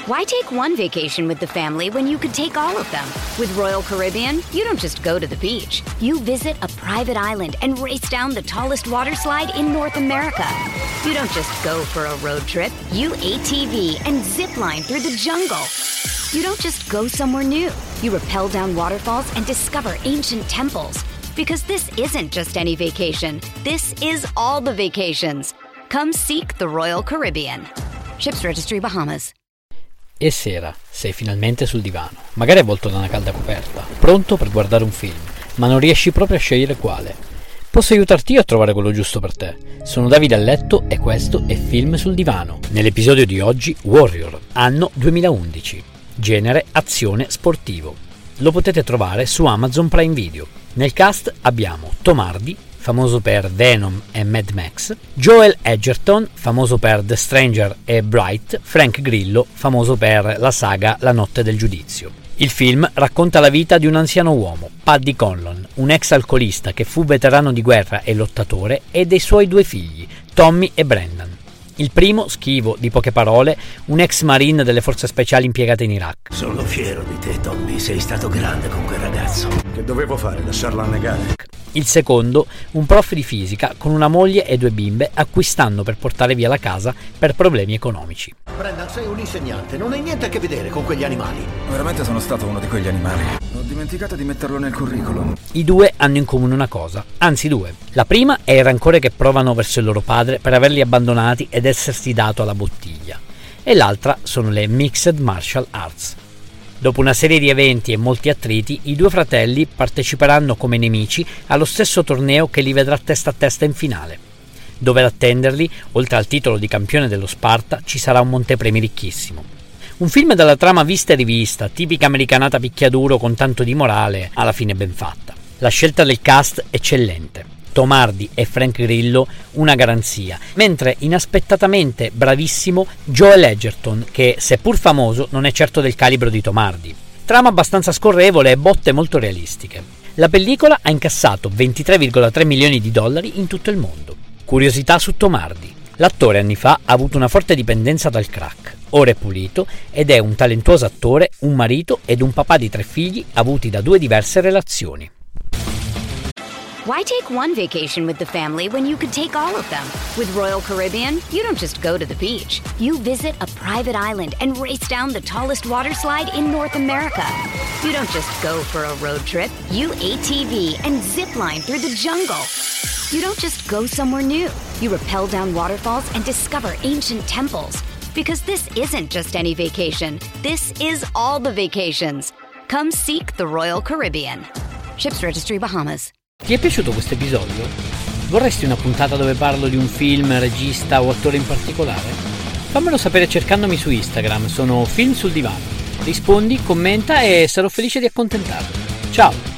Why take one vacation with the family when you could take all of them? With Royal Caribbean, you don't just go to the beach. You visit a private island and race down the tallest water slide in North America. You don't just go for a road trip. You ATV and zip line through the jungle. You don't just go somewhere new. You rappel down waterfalls and discover ancient temples. Because this isn't just any vacation. This is all the vacations. Come seek the Royal Caribbean. Ships Registry, Bahamas. E sera, sei finalmente sul divano, magari avvolto da una calda coperta, pronto per guardare un film, ma non riesci proprio a scegliere quale. Posso aiutarti io a trovare quello giusto per te. Sono Davide a letto e questo è Film sul divano. Nell'episodio di oggi, Warrior, anno 2011. Genere azione sportivo. Lo potete trovare su Amazon Prime Video. Nel cast abbiamo Tom Hardy, famoso per Venom e Mad Max, Joel Edgerton, famoso per The Stranger e Bright, Frank Grillo, famoso per la saga La notte del giudizio. Il film racconta la vita di un anziano uomo, Paddy Conlon, un ex alcolista che fu veterano di guerra e lottatore, e dei suoi due figli, Tommy e Brendan. Il primo, schivo, di poche parole, un ex marine delle forze speciali impiegate in Iraq. Sono fiero di te, Tommy, sei stato grande con quel ragazzo. Che dovevo fare, lasciarlo annegare? Il secondo, un prof di fisica con una moglie e due bimbe a cui stanno per portare via la casa per problemi economici. Brendan, sei un insegnante, non hai niente a che vedere con quegli animali. Veramente sono stato uno di quegli animali. Ho dimenticato di metterlo nel curriculum. I due hanno in comune una cosa, anzi due. La prima è il rancore che provano verso il loro padre per averli abbandonati ed essersi dato alla bottiglia. E l'altra sono le Mixed Martial Arts. Dopo una serie di eventi e molti attriti, i due fratelli parteciperanno come nemici allo stesso torneo che li vedrà testa a testa in finale, dove ad attenderli, oltre al titolo di campione dello Sparta, ci sarà un montepremi ricchissimo. Un film dalla trama vista e rivista, tipica americanata picchiaduro con tanto di morale, alla fine ben fatta. La scelta del cast eccellente. Tom Hardy e Frank Grillo una garanzia, mentre inaspettatamente bravissimo Joel Edgerton, che seppur famoso non è certo del calibro di Tom Hardy. Trama abbastanza scorrevole e botte molto realistiche. La pellicola ha incassato 23,3 milioni di dollari in tutto il mondo. Curiosità su Tom Hardy. L'attore anni fa ha avuto una forte dipendenza dal crack, ora è pulito ed è un talentuoso attore, un marito ed un papà di 3 figli avuti da 2 diverse relazioni. Why take one vacation with the family when you could take all of them? With Royal Caribbean, you don't just go to the beach. You visit a private island and race down the tallest water slide in North America. You don't just go for a road trip. You ATV and zip line through the jungle. You don't just go somewhere new. You rappel down waterfalls and discover ancient temples. Because this isn't just any vacation. This is all the vacations. Come seek the Royal Caribbean. Ships Registry, Bahamas. Ti è piaciuto questo episodio? Vorresti una puntata dove parlo di un film, regista o attore in particolare? Fammelo sapere cercandomi su Instagram, sono Film sul Divano. Rispondi, commenta e sarò felice di accontentarti. Ciao!